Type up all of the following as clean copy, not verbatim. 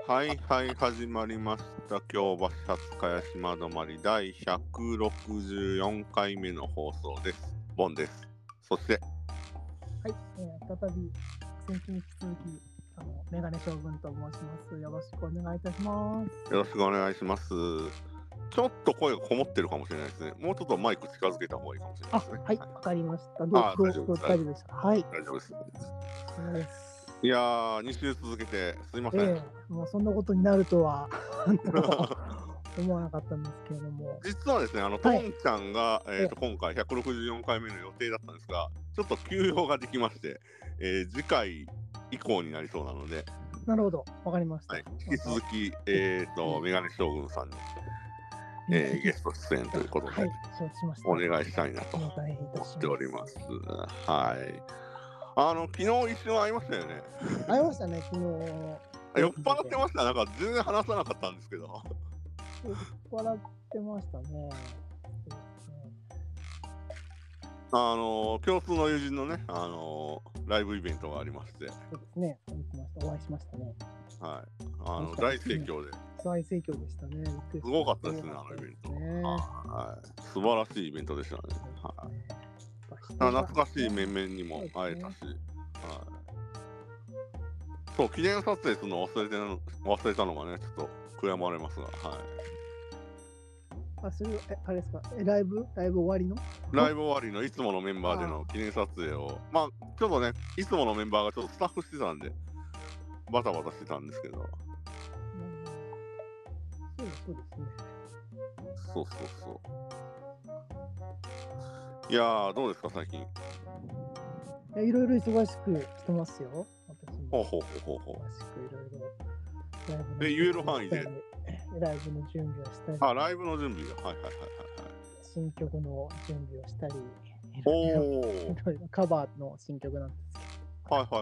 はいはい、始まりました。京橋初茅島止まり第164回目の放送です。ボンです。そして、 はい、再び先週に引き続きメガネ将軍と申します。よろしくお願いいたします。 よろしくお願いします。ちょっと声がこもってるかもしれないですね。もうちょっとマイク近づけた方がいいかもしれないですね。 はい、わかりました。 大丈夫です。 大丈夫でした。はい、 大丈夫です。 そうです。 いやー、2週続けてすいません。 もうそんなことになるとは思わなかったんですけれども。 実はですね、トンちゃんが、今回164回目の予定だったんですが、ちょっと休養ができまして、次回以降になりそうなので、 なるほど、わかりました。 はい、引き続き、メガネ将軍さんに、ゲスト出演ということで、 はい、承知しました。 お願いしたいなと思っております。はい。昨日一瞬会いましたよね。 会いましたね、昨日。 酔っ払ってました。なんか全然話さなかったんですけど。 酔っ払ってましたね。 共通の友人のね、ライブイベントがありまして。 そうですね、お会いしましたね。 はい。大盛況で。 大盛況でしたね。 すごかったですね、イベント。はい。素晴らしいイベントでしたね。はい。懐かしい面々にも会えたし。はい。そう、記念撮影するの忘れたのがね、ちょっと悔やまれますが、はい。 それあれですか、ライブ終わりのいつものメンバーでの記念撮影を、まあちょっとね、いつものメンバーがちょっとスタッフしてたんでバタバタしてたんですけど、 そうですね。 そういやー、どうですか最近。 いろいろ忙しくしてますよ、私も。 ほう。 忙しくいろいろ言える範囲でライブの準備をしたり、 ライブの準備が、はい。 新曲の準備をしたり、いろいろカバーの新曲なんですけど。 はい。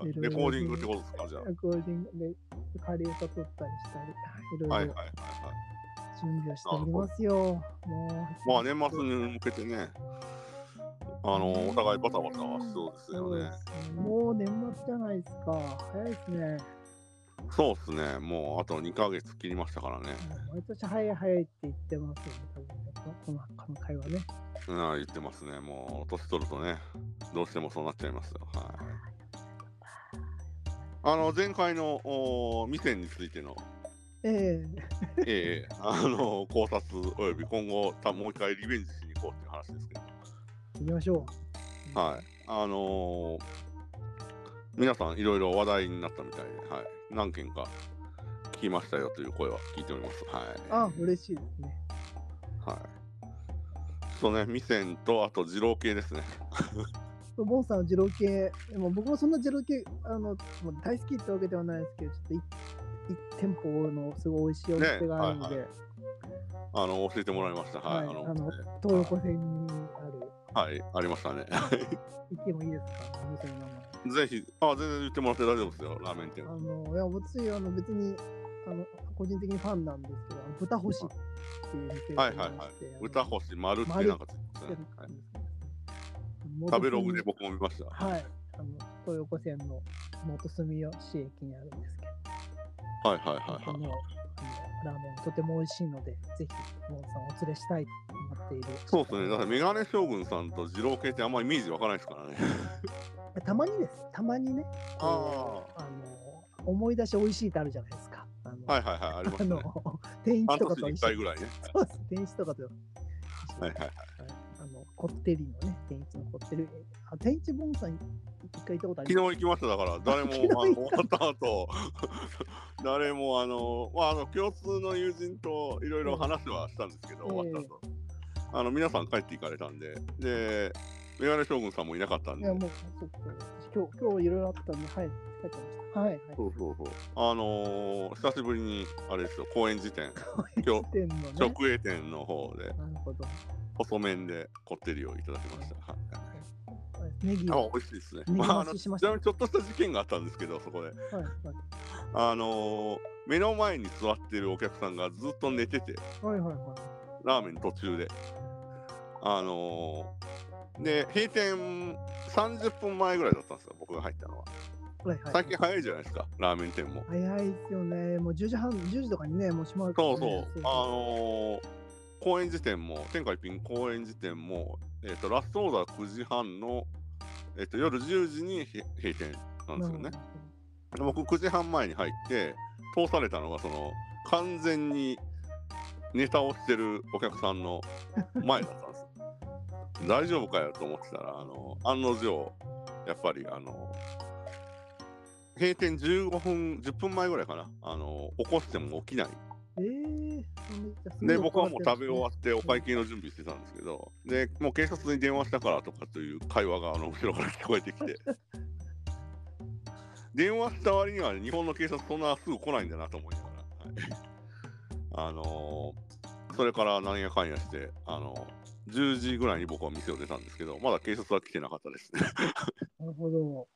レコーディングってことですか、じゃあ。 レコーディングで仮歌取ったりしたり、いろいろ準備をしておりますよ。 まあ年末に向けてね、お互いバタバタはしそうですよね。 もう年末じゃないですか。早いですね。 そうですね。もうあと2ヶ月切りましたからね。 毎年早いって言ってますよね、多分ね。この会話ね。 言ってますね。もう年取るとね、どうしてもそうなっちゃいますよ。はい。前回の店についての考察および今後もう一回リベンジしに行こうっていう話ですけど。 行きましょう。はい。皆さんいろいろ話題になったみたいで、はい、何件か聞きましたよという声は聞いております。はい。 嬉しいですね。 はい。そうね、ミセンとあと二郎系ですね。 ボンさんは二郎系、僕もそんな二郎系もう大好きってわけではないですけど、ちょっと一店舗のすごい美味しいお店があるので、 教えてもらいました。はい。 東横線にある。 はい、ありましたね。 行ってもいいですか、お店の名前。ぜひ、全然言ってもらって大丈夫ですよ、ラーメン店。 いや、私別に個人的にファンなんですけど、豚星っていう店がありまして、 豚星丸ってなんかついてますね。食べログで僕も見ました。 はい。東横線の元住吉駅にあるんですけど。 はい。 ラーメンとても美味しいので、ぜひモンさんお連れしたいと思っている。 そうですね。だからメガネ将軍さんと二郎系ってあんまりイメージわからないですからね。 たまにです。たまにね。思い出し美味しいってあるじゃないですか。 はい。ありますね。 天一とかと一回ぐらいね。 そうです。天一とかと。 はい。 こってりのね、天一のこってり。天一ボンさん一回行ったことあります。 昨日行きました。だから誰も終わった後誰も共通の友人といろいろ話はしたんですけど、終わった後皆さん帰っていかれたんで、メガネ将軍さんもいなかったんで。 いやもう今日いろいろあったんで、はい、帰ってました。はい。 そう。久しぶりにあれですよ、高円寺店、直営店の方で。なるほど。細麺でこってりをいただきました。 ネギ美味しいですね。ちなみにちょっとした事件があったんですけど、そこで。目の前に座ってるお客さんがずっと寝てて、ラーメン途中で。で、閉店30分前ぐらいだったんですよ、僕が入ったのは。 はいはい、 最近早いじゃないですか、ラーメン店も。 早いですよね。もう10時半、10時とかにね、もう閉まるからそうね。 そう。高円寺店も、天下一品高円寺店も、ラストオーダー9時半の、夜10時に閉店なんですよね。僕9時半前に入って通されたのが完全にネタをしてるお客さんの前だったんですよ。大丈夫かよと思ってたら案の定やっぱり閉店15分10分前ぐらいかな起こしても起きない。で僕はもう食べ終わってお会計の準備してたんですけど、でもう警察に電話したからとかという会話が後ろから聞こえてきて電話した割には日本の警察そんなすぐ来ないんだなと思いながら、それから何やかんやして10時ぐらいに僕は店を出たんですけど、まだ警察は来てなかったですね。 なるほど。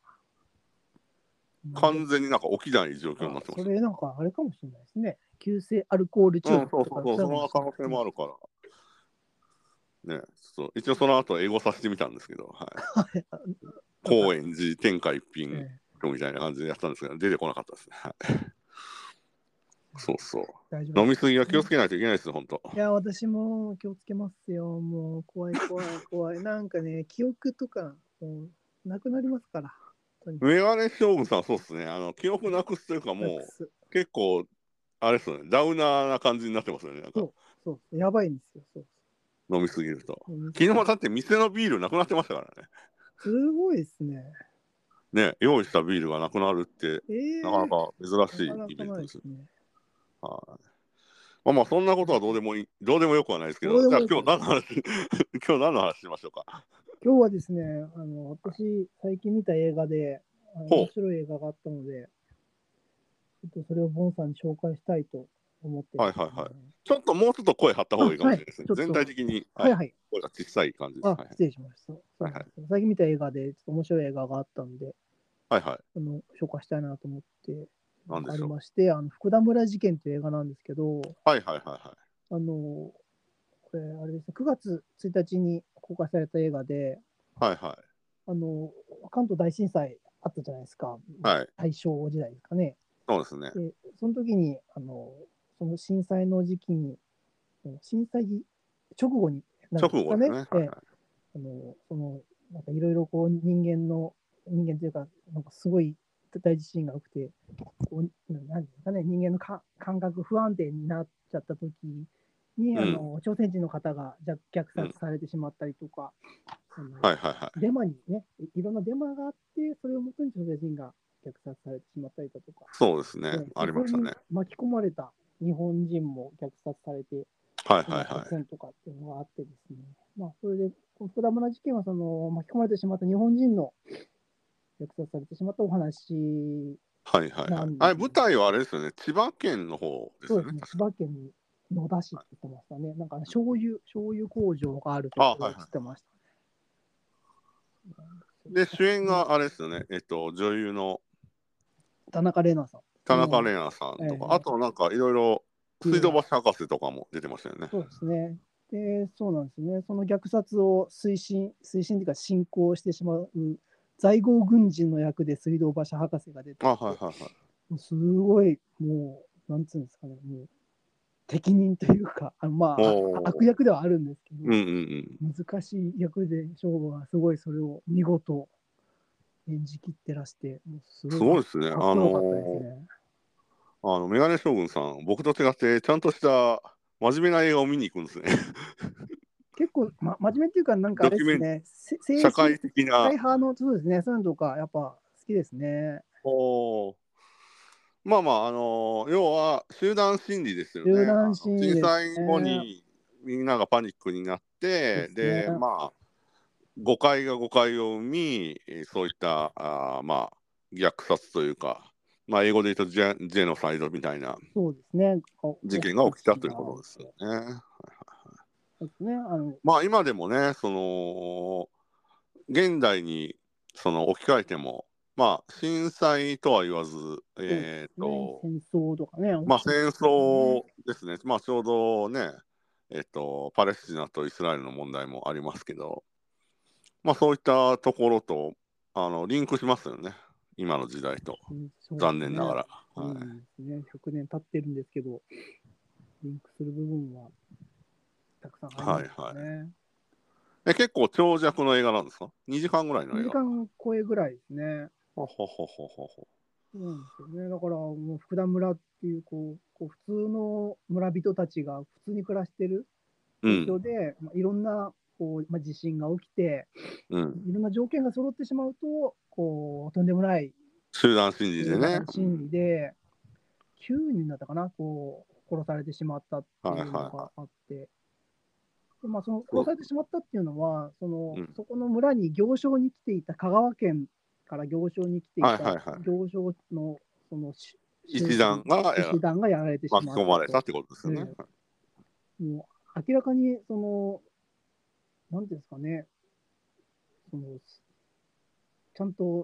完全になんか起きない状況になってました。 それなんかあれかもしれないですね。急性アルコール中毒とか、 その可能性もあるからね。一応その後英語させてみたんですけど、はい、高円寺天下一品みたいな感じでやったんですけど出てこなかったですね。そうそう。飲みすぎは気をつけないといけないですよ、本当。 いや、私も気をつけますよ。もう怖い怖い怖い。なんかね、記憶とかもうなくなりますから。 メガネ将軍さん、そうですね。記憶なくすというか、もう結構あれですよね、ダウナーな感じになってますよね。なんかそうやばいんですよ。そう飲みすぎると。昨日だって店のビールなくなってましたからね。 すごいですね。 ね、用意したビールがなくなるって、なかなか珍しいイベントです。まあそんなことはどうでもよくはないですけど、じゃあ今日何の話しましょうか。 今日はですね、私最近見た映画で面白い映画があったので、それをボンさんに紹介したいと思って、 はいはいはい。ちょっともうちょっと声張った方がいいかもしれないですね。全体的に、 はいはい、 声が小さい感じです。 失礼しました。最近見た映画でちょっと面白い映画があったので、 はいはい、 紹介したいなと思ってありまして、福田村事件という映画なんですけど、 はいはいはいはい。 これあれですね、9月1日に公開された映画で、 はいはい。 関東大震災あったじゃないですか、 はい、 大正時代ですかね。 そうですね。 でその時にその震災の時期に、震災直後になるんですかね。 なんかいろいろこう人間というか、なんかすごい大地震が起きて、こうなんですかね、人間の感覚不安定になっちゃった時に、朝鮮人の方が虐殺されてしまったりとか、デマにね、いろんなデマがあって、それをもとに朝鮮人が虐殺されてしまったりだとか、 そうですね、ありましたね。 巻き込まれた日本人も虐殺されて、戦とかっていうのがあってですね、まあ、それで、福田村事件は巻き込まれてしまった日本人の虐殺されてしまったお話。 はいはいはい。あれ、舞台はあれですよね、千葉県の方ですよね。 そうですね、千葉県野田市って言ってましたね。なんか醤油工場があるところって言ってましたね。 で、主演があれですよね、女優の田中玲奈さん。 田中玲奈さんとか、あとなんかいろいろ水道橋博士とかも出てましたよね。 そうですね。で、そうなんですね。その虐殺を推進というか進行してしまう在郷軍人の役で水道橋博士が出て、すごいもうなんつうんですかね、もう適任というか、まあ悪役ではあるんですけど、難しい役で翔吾がすごいそれを見事演じきってらして、もうすごいですね。かっこよかったですね。 メガネ将軍さん、僕と違ってちゃんとした真面目な映画を見に行くんですね。 結構、真面目っていうか、なんかあれですね、 社会的な。 社会派の、そうですね、そういうのとか、やっぱ好きですね。 まあまあ、要は集団心理ですよね。震災後にみんながパニックになって、で、まあ、誤解が誤解を生み、そういったまあ、虐殺というか、まあ、英語で言うとジェノサイドみたいな事件が起きたということですよね。まあ今でもね、現代に置き換えても、まあ震災とは言わず、 戦争とかね。 まあ戦争ですね。まあちょうどね、パレスチナとイスラエルの問題もありますけど、まあそういったところとリンクしますよね。 今の時代と、 ね、 残念ながら。 はい、ね、100年経ってるんですけど、リンクする部分はたくさんありますね。はいはい、 結構長尺の映画なんですか？ 2 時間ぐらいの映画？2 時間超えぐらいですね。 ほほほほほほ。 そうなんですよね。だからもう福田村っていうこう普通の村人たちが普通に暮らしてる状況で、いろんな地震が起きて、いろんな条件が揃ってしまうととんでもない集団心理でね。 心理で9人だったかな、殺されてしまったっていうのがあって、でその殺されてしまったっていうのはそこの村に行商に来ていた香川県から行商に来ていた行商のその一団がやられてしまった巻き込まれたってことですよね。 もう明らかになんていうんですかね、ちゃんと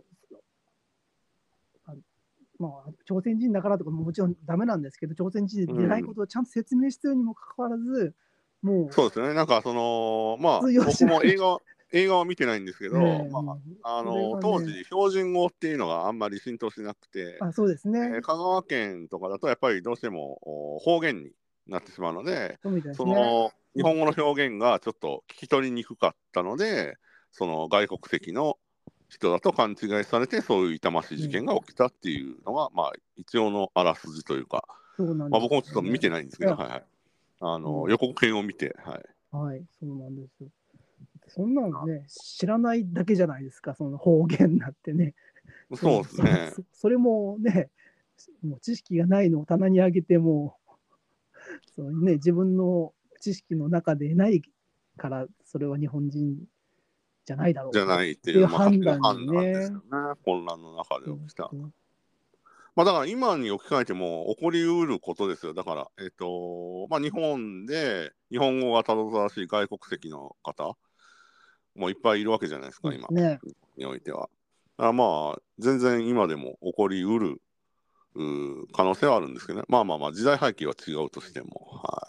朝鮮人だからとかもちろんダメなんですけど、朝鮮人でないことをちゃんと説明してるにもかかわらず、もうそうですね、なんか僕も映画は見てないんですけど、当時標準語っていうのがあんまり浸透しなくて、 そうですね、 香川県とかだとやっぱりどうしても方言になってしまうので、日本語の表現がちょっと聞き取りにくかったので、その外国籍の人だと勘違いされて、そういう痛ましい事件が起きたっていうのが、一応のあらすじというか、僕もちょっと見てないんですけど、予告編を見て、 はい、そうなんですよ。そんなのね、知らないだけじゃないですか、その方言なんてね。 そうですね。 それもね、もう知識がないのを棚に上げても、自分の知識の中でないから、それは日本人じゃないだろうじゃないっていう判断ですよね。混乱の中で起きた。だから今に置き換えても起こりうることですよ。だから、日本で日本語がたどたどしい外国籍の方もいっぱいいるわけじゃないですか、今においては。全然今でも起こりうる可能性はあるんですけどね。時代背景は違うとしても。はい。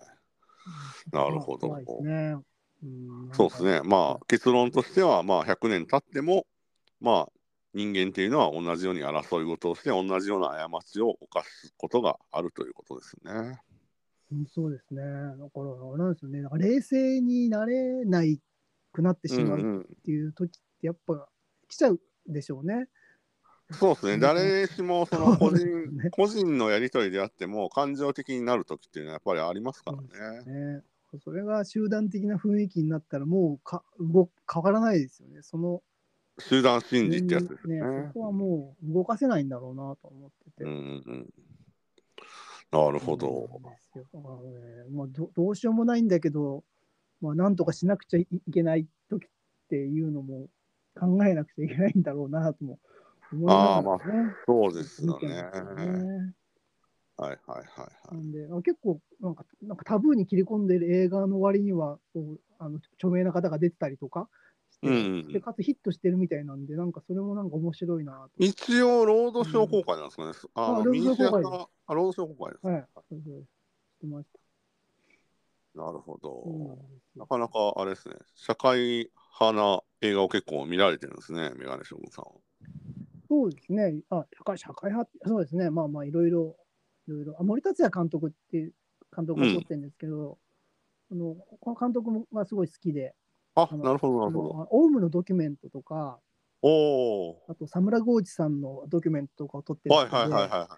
なるほど。そうですね。結論としては、100年経っても、人間っていうのは同じように争い事をして、同じような過ちを犯すことがあるということですね。 そうですね。だから、なんですよね。冷静になれないくなってしまうっていう時ってやっぱ来ちゃうでしょうね。 そうですね。誰しもその個人のやり取りであっても感情的になる時っていうのはやっぱりありますからね。 それが集団的な雰囲気になったらもう変わらないですよね。その集団心理ってやつですね。 そこはもう動かせないんだろうなと思ってて。 なるほど。 どうしようもないんだけど、なんとかしなくちゃいけない時っていうのも考えなくちゃいけないんだろうなとも思いながらね。 そうですよね。 なんで結構なんかタブーに切り込んでる映画の割には著名な方が出てたりとかして、かつヒットしてるみたいなんで、なんかそれもなんか面白いなと。 一応ロードショー公開なんですかね。 ロードショー公開です。 ロードショー公開です。 はい。してました。 なるほど。なかなかあれですね。社会派な映画を結構見られてるんですね、メガネ将軍さんは。 そうですね。社会派、そうですね。いろいろ。森達也監督っていう監督が撮ってるんですけど、この監督がすごい好きで。 なるほど、なるほど。 オウムのドキュメントとか、あと、佐村豪一さんのドキュメントとかを撮ってるんで、佐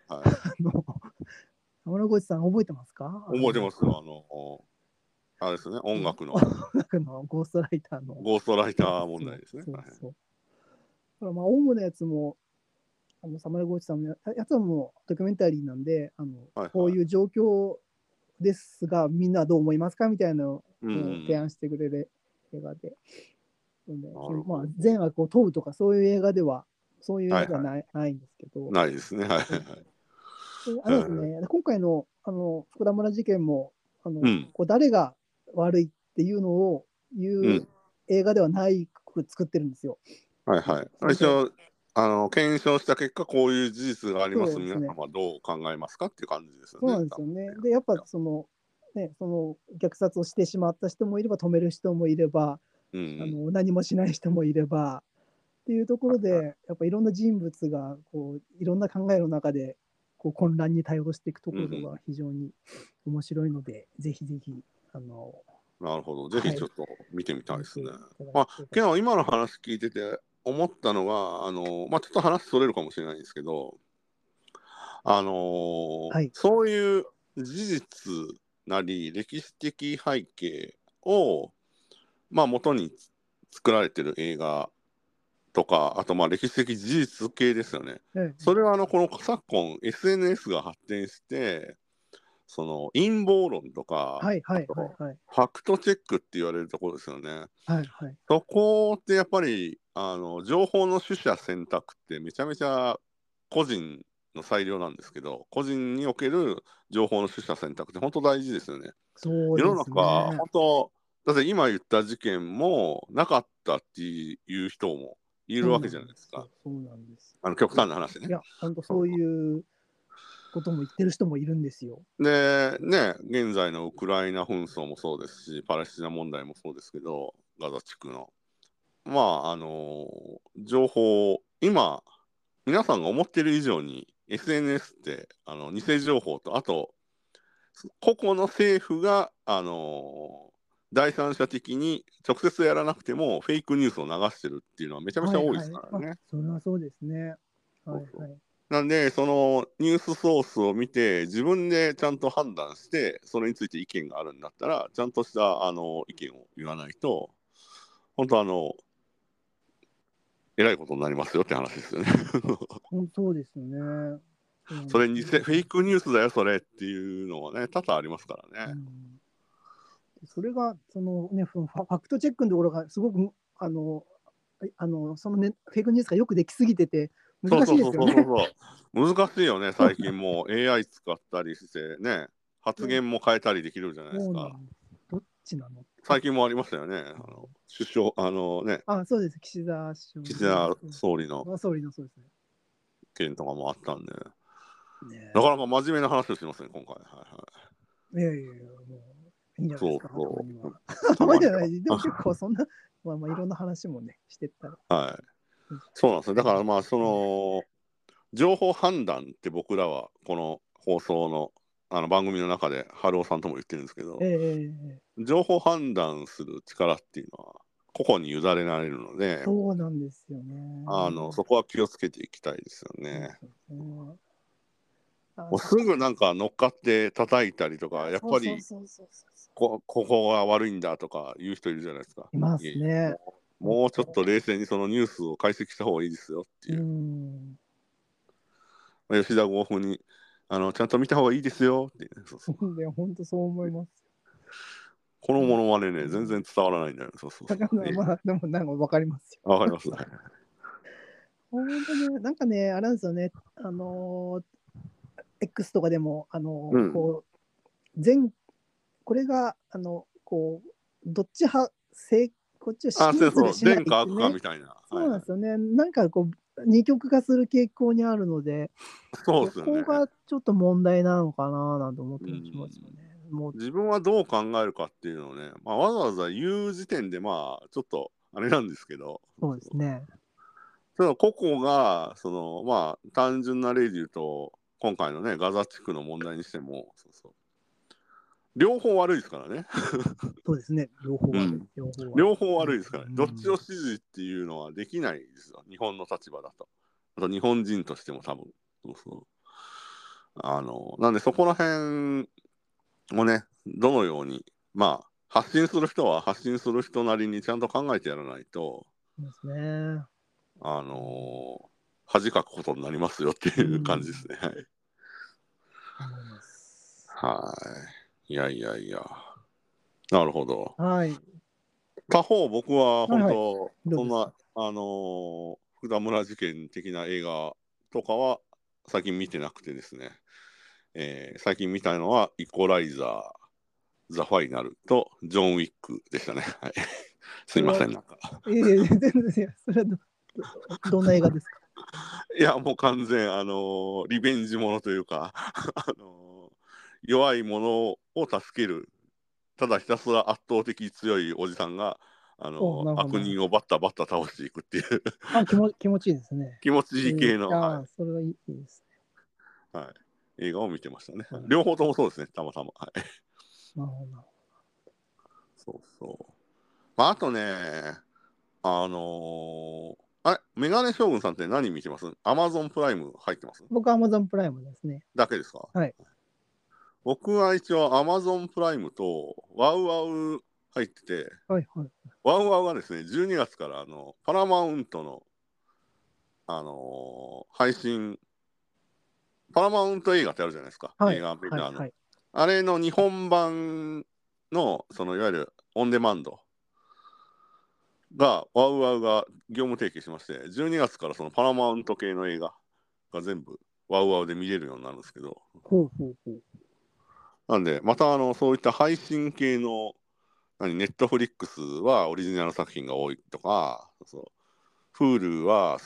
村豪一さん覚えてますか？ 覚えてますよ。あれですね、音楽のゴーストライターの。 ゴーストライター問題ですね。 オウムのやつも、佐村豪一さんのやつはもうドキュメンタリーなんで、こういう状況ですが、みんなどう思いますかみたいなのを提案してくれる映画で。善悪を問うとかそういう映画では、そういう映画ではないんですけど。 ないですね。はい。 あれですね、今回の福田村事件も誰が悪いっていうのを言う映画ではないく作ってるんですよ。 はいはい。一応検証した結果こういう事実があります。皆様はどう考えますかっていう感じですよね。 そうなんですよね。でやっぱその虐殺をしてしまった人もいれば止める人もいれば、何もしない人もいればっっていうところで、やっぱいろんな人物がこういろんな考えの中でこう混乱に対応していくところが非常に面白いので、ぜひぜひなるほど、ぜひちょっと見てみたいですね。けど今の話聞いてて思ったのが、ちょっと話それるかもしれないんですけど、そういう事実なり歴史的背景を元に作られてる映画とか、あと歴史的事実系ですよね。それはこの昨今 SNS が発展して、その陰謀論とか、ファクトチェックって言われるところですよね。そこってやっぱり情報の取捨選択ってめちゃめちゃ個人の裁量なんですけど、個人における情報の取捨選択って本当大事ですよね。世の中本当だって今言った事件もなかったっていう人もいるわけじゃないですか。 そうなんです。 極端な話ね。 いや本当そういうことも言ってる人もいるんですよ。 でね、現在のウクライナ紛争もそうですし、パレスチナ問題もそうですけど、ガザ地区の情報、今皆さんが思っている以上に SNS って偽情報と、あと個々の政府が第三者的に直接やらなくてもフェイクニュースを流してるっていうのはめちゃめちゃ多いですからね。 それはそうですね。 なんでそのニュースソースを見て自分でちゃんと判断して、それについて意見があるんだったらちゃんとした意見を言わないと本当えらいことになりますよって話ですよね。 そうですよね。 それフェイクニュースだよそれっていうのはね多々ありますからね。 それがそのねファクトチェックのところがすごくそのねフェイクニュースがよくできすぎてて難しいですよね。 難しいよね最近もう AI 使ったりしてね、発言も変えたりできるじゃないですか。 どっちなの？ 最近もありましたよね。首相ね。 そうです。岸田総理のそうですね。 件とかもあったんで、なかなか真面目な話をしますね今回。 いやもういいんじゃないですか。たまにはない。でも結構そんないろんな話もねしてったら。 そうなんですよ。だからその情報判断って僕らはこの放送の番組の中で春尾さんとも言ってるんですけど、情報判断する力っていうのは個々に委ねられるので、 そうなんですよね。 そこは気をつけていきたいですよね。もうすぐなんか乗っかって叩いたりとか、やっぱりここが悪いんだとか言う人いるじゃないですか。 いますね。 もうちょっと冷静にそのニュースを解析した方がいいですよっていう。吉田豪風にちゃんと見た方がいいですよって、 いや本当そう思います。 このものまねね全然伝わらないんだよね。 でもなんかわかりますよ。 わかりますね。 本当になんかねあれなんですよね。X とかでもこうこれがこうどっち派こっちを支持するしないってね。 みたいな。 そうなんですよね。なんかこう二極化する傾向にあるので、 そうですよね。 ここがちょっと問題なのかななんて思ってしますよね。 自分はどう考えるかっていうのをね、わざわざ言う時点でちょっとあれなんですけど。 そうですね。 その個々が単純な例で言うと今回のねガザ地区の問題にしても両方悪いですからね。 そうですね。 両方悪いですからね。どっちを支持っていうのはできないですよ。日本の立場だと。あと日本人としても多分。なんでそこら辺をね、どのように発信する人は発信する人なりにちゃんと考えてやらないと、 ですね。 恥かくことになりますよっていう感じですね。はい。いや。なるほど。他方、僕は本当、そんな、福田村事件的な映画とかは最近見てなくてですね、最近見たのはイコライザー、ザ・ファイナルとジョン・ウィックでしたね。はい、すいません、なんか。 全然、それはどんな映画ですか？ いや、もう完全、リベンジものというか、弱い者を助ける、ただひたすら圧倒的強いおじさんが悪人をバッタバッタ倒していくっていう気持ちいいですね。 気持ちいい系の、 はい、それはいいですね。はい。映画を見てましたね。両方ともそうですね、たまたま。はい。 なるほど。 そうそう。まあ、あとね、あれ、メガネ将軍さんって何見てます？アマゾンプライム入ってます？ 僕はアマゾンプライムですね。 だけですか？ はい。 僕は一応アマゾンプライムとワウワウ入ってて、 はいはい。 ワウワウがですね、12月からパラマウントの、配信、パラマウント映画ってあるじゃないですか。 はい、 映画メジャーの。 はい、 あれの日本版の、いわゆるオンデマンドが、ワウワウが業務提携しまして、12月からそのパラマウント系の映画が全部ワウワウで見れるようになるんですけど、 ほうほうほう。 なんで、またそういった配信系の、ネットフリックスはオリジナル作品が多いとか、Hulu は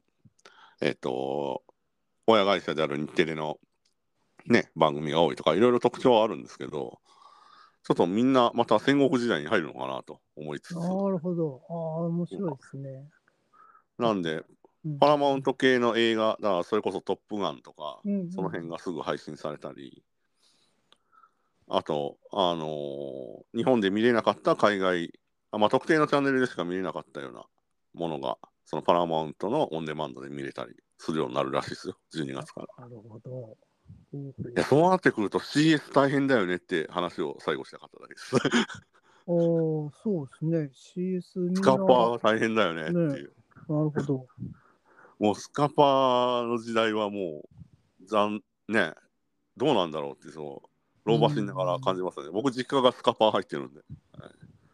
親会社である日テレのね、番組が多いとか、いろいろ特徴はあるんですけど、ちょっとみんなまた戦国時代に入るのかなと思いつつ。 なるほど。面白いですね。 なんで、パラマウント系の映画、だからそれこそトップガンとか、その辺がすぐ配信されたり、あと、日本で見れなかった海外、特定のチャンネルでしか見れなかったようなものが、そのパラマウントのオンデマンドで見れたりするようになるらしいですよ、12月から。 なるほど。 そうなってくると CS 大変だよねって話を最後したかっただけです。 そうですね。CS みんなスカパーが大変だよねっていう。 なるほど。 もうスカパーの時代はもう、ね、どうなんだろうって老婆しながら感じますね。僕、実家がスカパー入ってるんで。はい、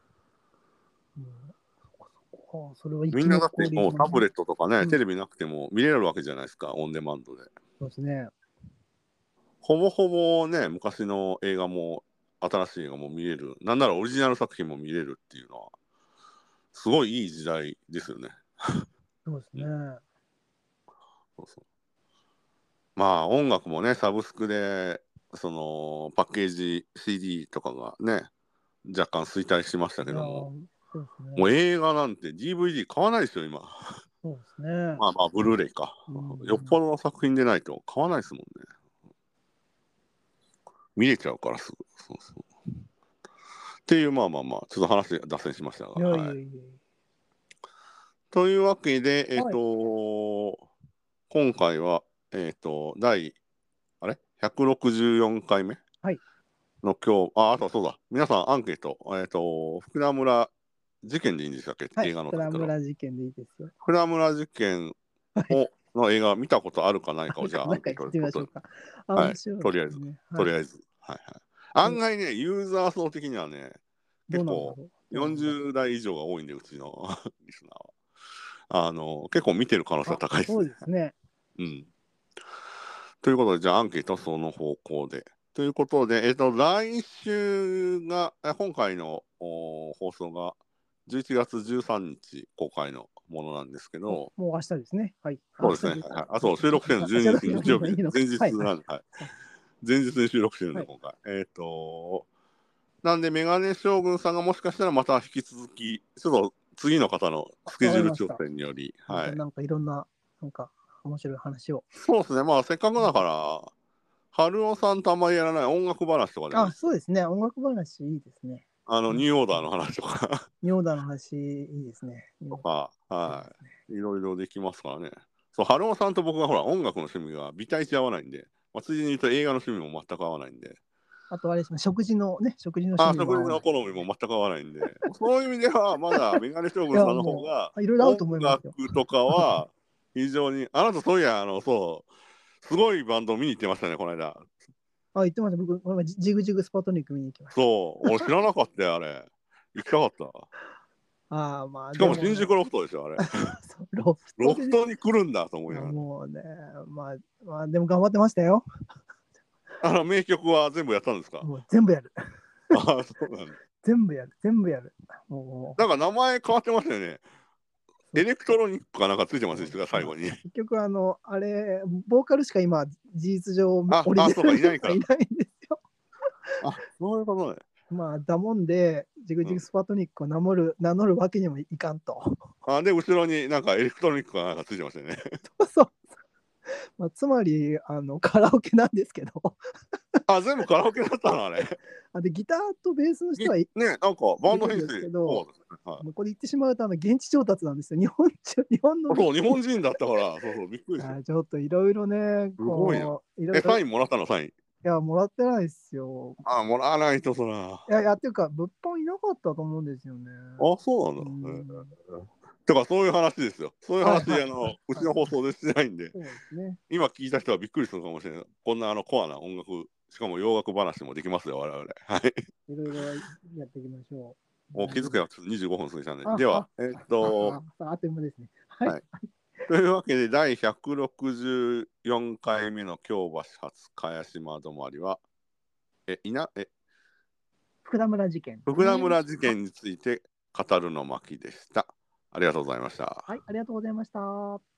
それはみんなだってもうタブレットとかね、テレビなくても見れるわけじゃないですか、オンデマンドで。 そうですね。 ほぼほぼね、昔の映画も新しい映画も見れる、なんならオリジナル作品も見れるっていうのは、すごいいい時代ですよね。 そうですね。 そうそう。まあ音楽もね、サブスクでパッケージ CD とかがね、若干衰退しましたけども、もう映画なんて DVD 買わないですよ、今。 そうですね。 まあ、ブルーレイか。よっぽどの作品でないと買わないですもんね。見れちゃうからすぐ。そうそう。っていう、ちょっと話脱線しましたが。というわけで、今回は、第、164回目の今日、あとそうだ、皆さんアンケート、福田村事件でいいんでしたっけ、映画のタイトル。 福田村事件でいいですよ。 福田村事件の映画見たことあるかないかをじゃあアンケートで取って。はい、とりあえず。はいはい。案外ね、ユーザー層的にはね、結構40代以上が多いんで、うちのリスナーは。結構見てる可能性は高いですね。 そうですね。 うん。ということで、じゃあアンケートはその方向で。ということで、来週が、今回の放送が11月13日公開のものなんですけど、 もう明日ですね。はい。 そうですね。あと収録してるの12日日曜日で、前日なんで、前日に収録してるんで、今回。なんで、メガネ将軍さんがもしかしたらまた引き続き、ちょっと次の方のスケジュール調整により、 なんかいろんな、なんか面白い話を。 そうですね。まあ、せっかくだから、春尾さんとあんまりやらない音楽話とかでもいいです。 そうですね。音楽話いいですね。 ニューオーダーの話とか。 ニューオーダーの話いいですね。 とか、はい。いろいろできますからね。そう、春尾さんと僕がほら、音楽の趣味が微体値合わないんで、ついでに言うと映画の趣味も全く合わないんで。 あとあれですね、食事の趣味も食事の好みも全く合わないんで、そういう意味では、まだメガネ将軍さんの方が、音楽とかは非常に、あなたそういや、すごいバンド見に行ってましたね、この間。 行ってました。僕、ジグジグスパトニック見に行きました。 そう、俺知らなかったよ、あれ。行きたかった。しかも新宿ロフトでしょ、あれ。ロフトに来るんだと思いながら。 もうね、まあ、でも頑張ってましたよ。 名曲は全部やったんですか？ もう全部やる。 そうなんだ。 全部やる。 なんか名前変わってましたよね。エレクトロニックかなんかついてますで最後に。 結局、あれ、ボーカルしか今、事実上、 オリジナルいないんですよ。 そういうことね。 だもんで、 ジグジグスパトニックを名乗るわけにもいかんと。 で、後ろになんかエレクトロニックがなんかついてましたよね。 そう。つまりカラオケなんですけど。 全部カラオケだったのあれ。 でギターとベースの人はね、なんかバンド編成ですけど、 もうこれ言ってしまうと現地調達なんですよ。日本の。 そう、日本人だったから、そうびっくりした。 ちょっといろいろね、 すごいな。サインもらったのサイン？いや、もらってないですよ。 もらわないとそら。 っていうか、物販いなかったと思うんですよね。 そうなんだ。だからそういう話ですよ。そういう話、うちの放送でしてないんで、今聞いた人はびっくりするかもしれない。こんなコアな音楽、しかも洋楽話もできますよ、我々。はい。 いろいろやっていきましょう。気づけば25分過ぎたんで。では、 あっという間ですね。はい。 というわけで、第164回目の京橋発茅島止まりは、 福田村事件。 福田村事件について語るの巻でした。ありがとうございました。 はい、ありがとうございました。